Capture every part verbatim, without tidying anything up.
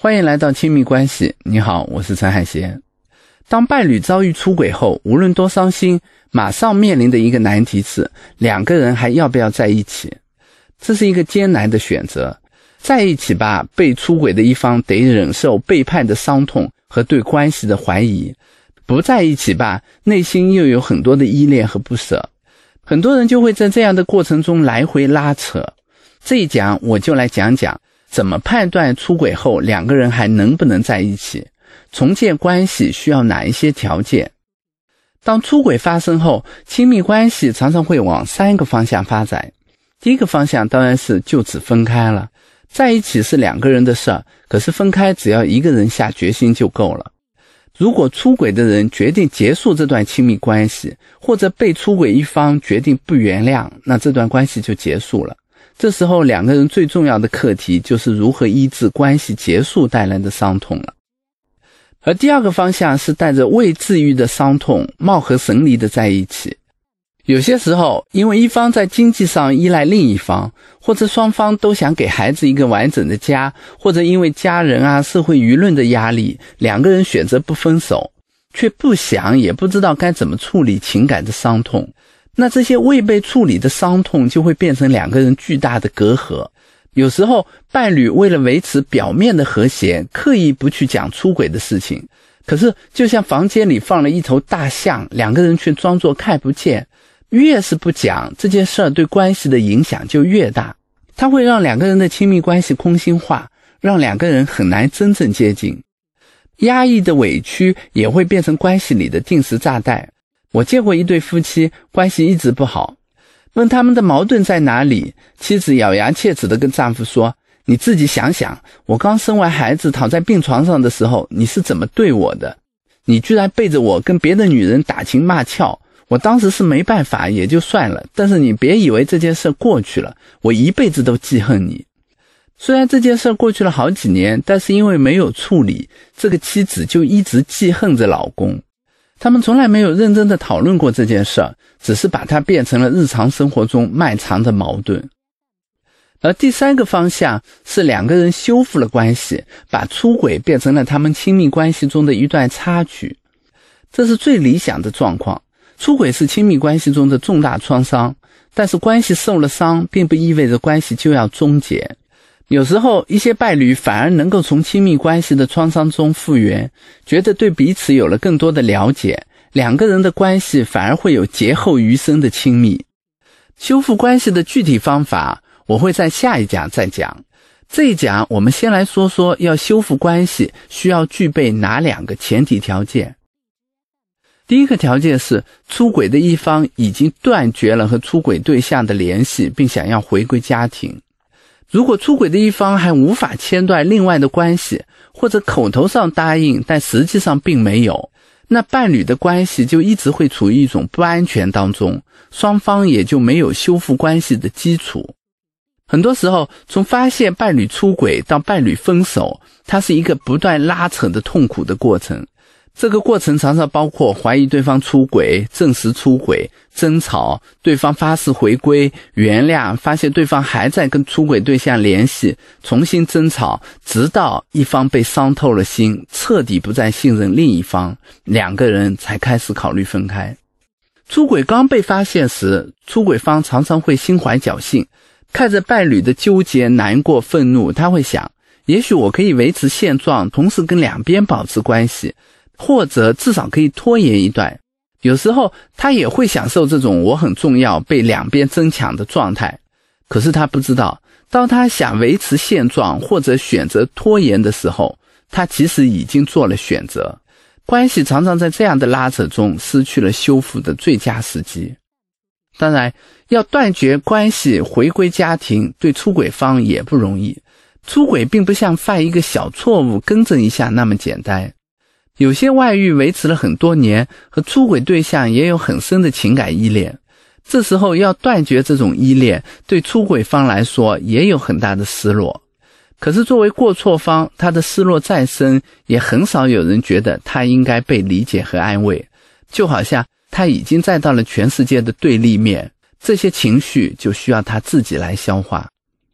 欢迎来到亲密关系，你好，我是陈海贤。当伴侣遭遇出轨后，无论多伤心，马上面临的一个难题是，两个人还要不要在一起？这是一个艰难的选择。在一起吧，被出轨的一方得忍受背叛的伤痛和对关系的怀疑；不在一起吧，内心又有很多的依恋和不舍。很多人就会在这样的过程中来回拉扯。这一讲我就来讲讲怎么判断出轨后两个人还能不能在一起，重建关系需要哪一些条件。当出轨发生后，亲密关系常常会往三个方向发展。第一个方向当然是就此分开了，在一起是两个人的事儿，可是分开只要一个人下决心就够了。如果出轨的人决定结束这段亲密关系，或者被出轨一方决定不原谅，那这段关系就结束了。这时候两个人最重要的课题就是如何医治关系结束带来的伤痛了。而第二个方向是带着未治愈的伤痛，貌合神离的在一起。有些时候因为一方在经济上依赖另一方，或者双方都想给孩子一个完整的家，或者因为家人啊社会舆论的压力，两个人选择不分手，却不想也不知道该怎么处理情感的伤痛。那这些未被处理的伤痛就会变成两个人巨大的隔阂。有时候伴侣为了维持表面的和谐，刻意不去讲出轨的事情，可是就像房间里放了一头大象，两个人却装作看不见。越是不讲，这件事对关系的影响就越大，它会让两个人的亲密关系空心化，让两个人很难真正接近。压抑的委屈也会变成关系里的定时炸弹。我见过一对夫妻关系一直不好，问他们的矛盾在哪里，妻子咬牙切齿地跟丈夫说，你自己想想，我刚生完孩子躺在病床上的时候，你是怎么对我的？你居然背着我跟别的女人打情骂俏，我当时是没办法也就算了，但是你别以为这件事过去了，我一辈子都记恨你。虽然这件事过去了好几年，但是因为没有处理，这个妻子就一直记恨着老公。他们从来没有认真的讨论过这件事，只是把它变成了日常生活中漫长的矛盾。而第三个方向是两个人修复了关系，把出轨变成了他们亲密关系中的一段插曲。这是最理想的状况。出轨是亲密关系中的重大创伤，但是关系受了伤，并不意味着关系就要终结。有时候一些伴侣反而能够从亲密关系的创伤中复原，觉得对彼此有了更多的了解，两个人的关系反而会有劫后余生的亲密。修复关系的具体方法我会在下一讲再讲。这一讲我们先来说说要修复关系需要具备哪两个前提条件。第一个条件是出轨的一方已经断绝了和出轨对象的联系，并想要回归家庭。如果出轨的一方还无法牵断另外的关系，或者口头上答应但实际上并没有，那伴侣的关系就一直会处于一种不安全当中，双方也就没有修复关系的基础。很多时候从发现伴侣出轨到伴侣分手，它是一个不断拉扯的痛苦的过程。这个过程常常包括怀疑对方出轨、证实出轨、争吵、对方发誓回归、原谅、发现对方还在跟出轨对象联系、重新争吵，直到一方被伤透了心，彻底不再信任另一方，两个人才开始考虑分开。出轨刚被发现时，出轨方常常会心怀侥幸，看着伴侣的纠结、难过、愤怒，他会想，也许我可以维持现状，同时跟两边保持关系，或者至少可以拖延一段。有时候他也会享受这种我很重要被两边争抢的状态。可是他不知道，当他想维持现状或者选择拖延的时候，他其实已经做了选择。关系常常在这样的拉扯中失去了修复的最佳时机。当然，要断绝关系回归家庭，对出轨方也不容易。出轨并不像犯一个小错误更正一下那么简单。有些外遇维持了很多年，和出轨对象也有很深的情感依恋，这时候要断绝这种依恋，对出轨方来说也有很大的失落。可是作为过错方，他的失落再深，也很少有人觉得他应该被理解和安慰，就好像他已经站到了全世界的对立面，这些情绪就需要他自己来消化。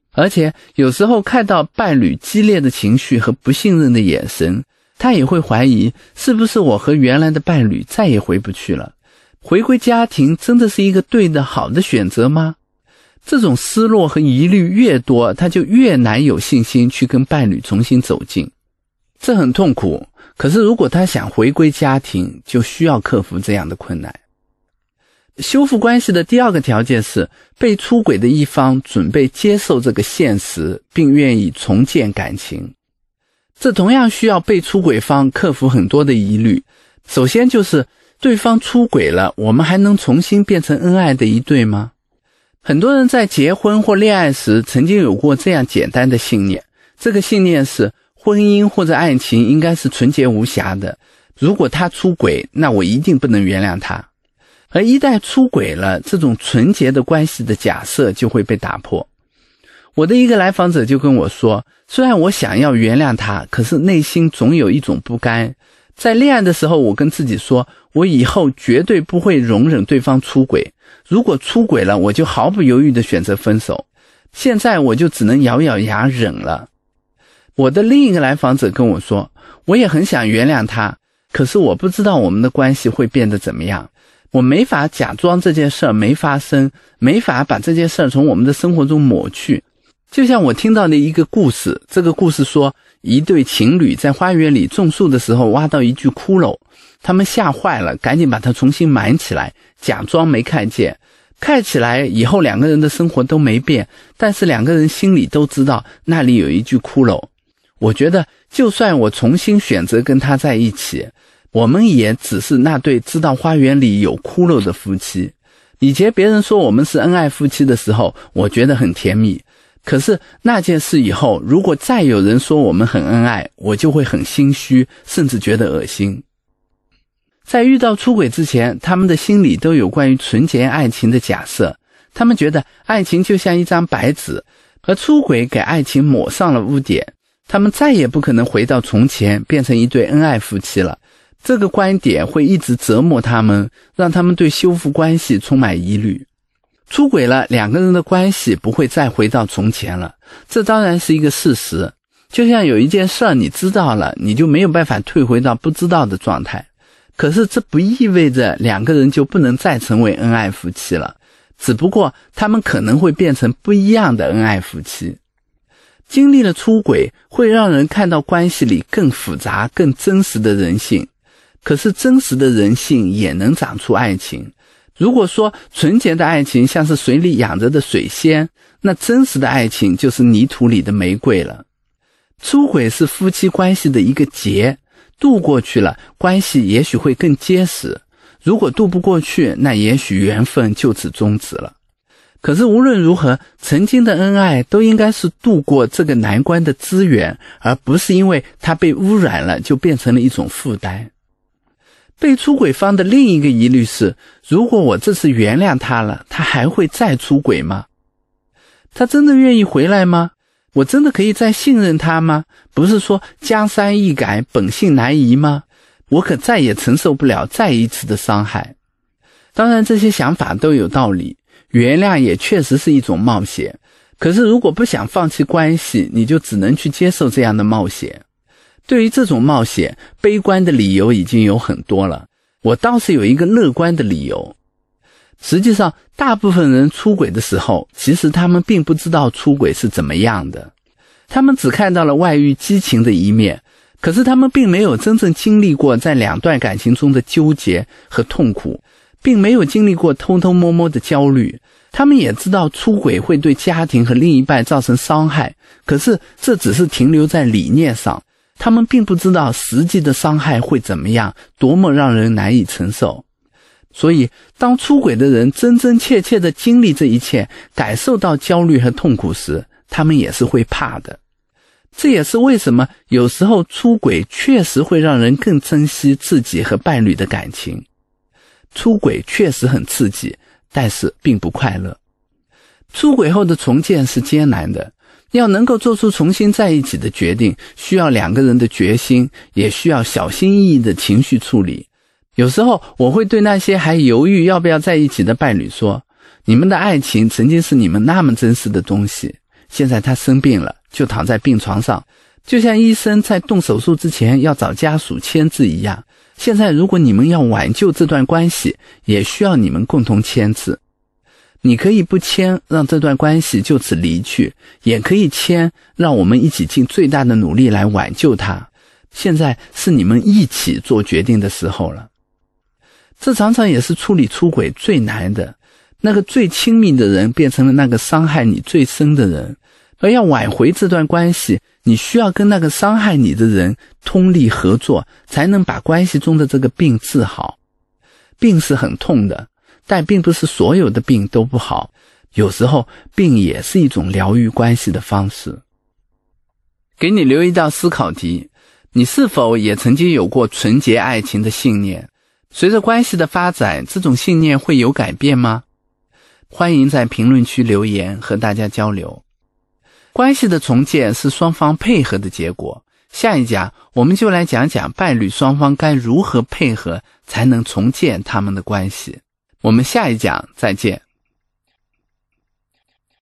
而且有时候看到伴侣激烈的情绪和不信任的眼神，他也会怀疑是不是我和原来的伴侣再也回不去了，回归家庭真的是一个对的好的选择吗？这种失落和疑虑越多，他就越难有信心去跟伴侣重新走近。这很痛苦，可是如果他想回归家庭，就需要克服这样的困难。修复关系的第二个条件是，被出轨的一方准备接受这个现实，并愿意重建感情。这同样需要被出轨方克服很多的疑虑。首先就是对方出轨了，我们还能重新变成恩爱的一对吗？很多人在结婚或恋爱时曾经有过这样简单的信念，这个信念是婚姻或者爱情应该是纯洁无瑕的，如果他出轨，那我一定不能原谅他。而一旦出轨了，这种纯洁的关系的假设就会被打破。我的一个来访者就跟我说，虽然我想要原谅他，可是内心总有一种不甘。在恋爱的时候，我跟自己说，我以后绝对不会容忍对方出轨，如果出轨了，我就毫不犹豫地选择分手。现在我就只能咬咬牙忍了。我的另一个来访者跟我说，我也很想原谅他，可是我不知道我们的关系会变得怎么样，我没法假装这件事没发生，没法把这件事从我们的生活中抹去。就像我听到的一个故事，这个故事说，一对情侣在花园里种树的时候挖到一具骷髅，他们吓坏了，赶紧把它重新埋起来，假装没看见。看起来以后两个人的生活都没变，但是两个人心里都知道那里有一具骷髅。我觉得就算我重新选择跟他在一起，我们也只是那对知道花园里有骷髅的夫妻。以前别人说我们是恩爱夫妻的时候，我觉得很甜蜜，可是那件事以后，如果再有人说我们很恩爱，我就会很心虚，甚至觉得恶心。在遇到出轨之前，他们的心里都有关于纯洁爱情的假设，他们觉得爱情就像一张白纸，而出轨给爱情抹上了污点，他们再也不可能回到从前变成一对恩爱夫妻了。这个观点会一直折磨他们，让他们对修复关系充满疑虑。出轨了，两个人的关系不会再回到从前了，这当然是一个事实。就像有一件事你知道了，你就没有办法退回到不知道的状态。可是这不意味着两个人就不能再成为恩爱夫妻了，只不过他们可能会变成不一样的恩爱夫妻。经历了出轨，会让人看到关系里更复杂、更真实的人性。可是真实的人性也能长出爱情。如果说纯洁的爱情像是水里养着的水仙，那真实的爱情就是泥土里的玫瑰了。出轨是夫妻关系的一个结，渡过去了，关系也许会更结实。如果渡不过去，那也许缘分就此终止了。可是无论如何，曾经的恩爱都应该是度过这个难关的资源，而不是因为它被污染了就变成了一种负担。被出轨方的另一个疑虑是，如果我这次原谅他了，他还会再出轨吗？他真的愿意回来吗？我真的可以再信任他吗？不是说江山易改，本性难移吗？我可再也承受不了再一次的伤害。当然这些想法都有道理，原谅也确实是一种冒险。可是如果不想放弃关系，你就只能去接受这样的冒险。对于这种冒险，悲观的理由已经有很多了，我倒是有一个乐观的理由。实际上，大部分人出轨的时候，其实他们并不知道出轨是怎么样的，他们只看到了外遇激情的一面，可是他们并没有真正经历过在两段感情中的纠结和痛苦，并没有经历过偷偷摸摸的焦虑。他们也知道出轨会对家庭和另一半造成伤害，可是这只是停留在理念上，他们并不知道实际的伤害会怎么样，多么让人难以承受。所以当出轨的人真真切切地经历这一切，感受到焦虑和痛苦时，他们也是会怕的。这也是为什么有时候出轨确实会让人更珍惜自己和伴侣的感情。出轨确实很刺激，但是并不快乐。出轨后的重建是艰难的，要能够做出重新在一起的决定，需要两个人的决心，也需要小心翼翼的情绪处理。有时候我会对那些还犹豫要不要在一起的伴侣说，你们的爱情曾经是你们那么珍视的东西， 现在他生病了，就躺在病床上，就像医生在动手术之前要找家属签字一样。现在如果你们要挽救这段关系，也需要你们共同签字。你可以不签，让这段关系就此离去，也可以签，让我们一起尽最大的努力来挽救它。现在是你们一起做决定的时候了。这常常也是处理出轨最难的，那个最亲密的人变成了那个伤害你最深的人，而要挽回这段关系，你需要跟那个伤害你的人通力合作，才能把关系中的这个病治好。病是很痛的，但并不是所有的病都不好，有时候病也是一种疗愈关系的方式。给你留一道思考题，你是否也曾经有过纯洁爱情的信念？随着关系的发展，这种信念会有改变吗？欢迎在评论区留言和大家交流。关系的重建是双方配合的结果，下一讲我们就来讲讲伴侣双方该如何配合才能重建他们的关系。我们下一讲再见。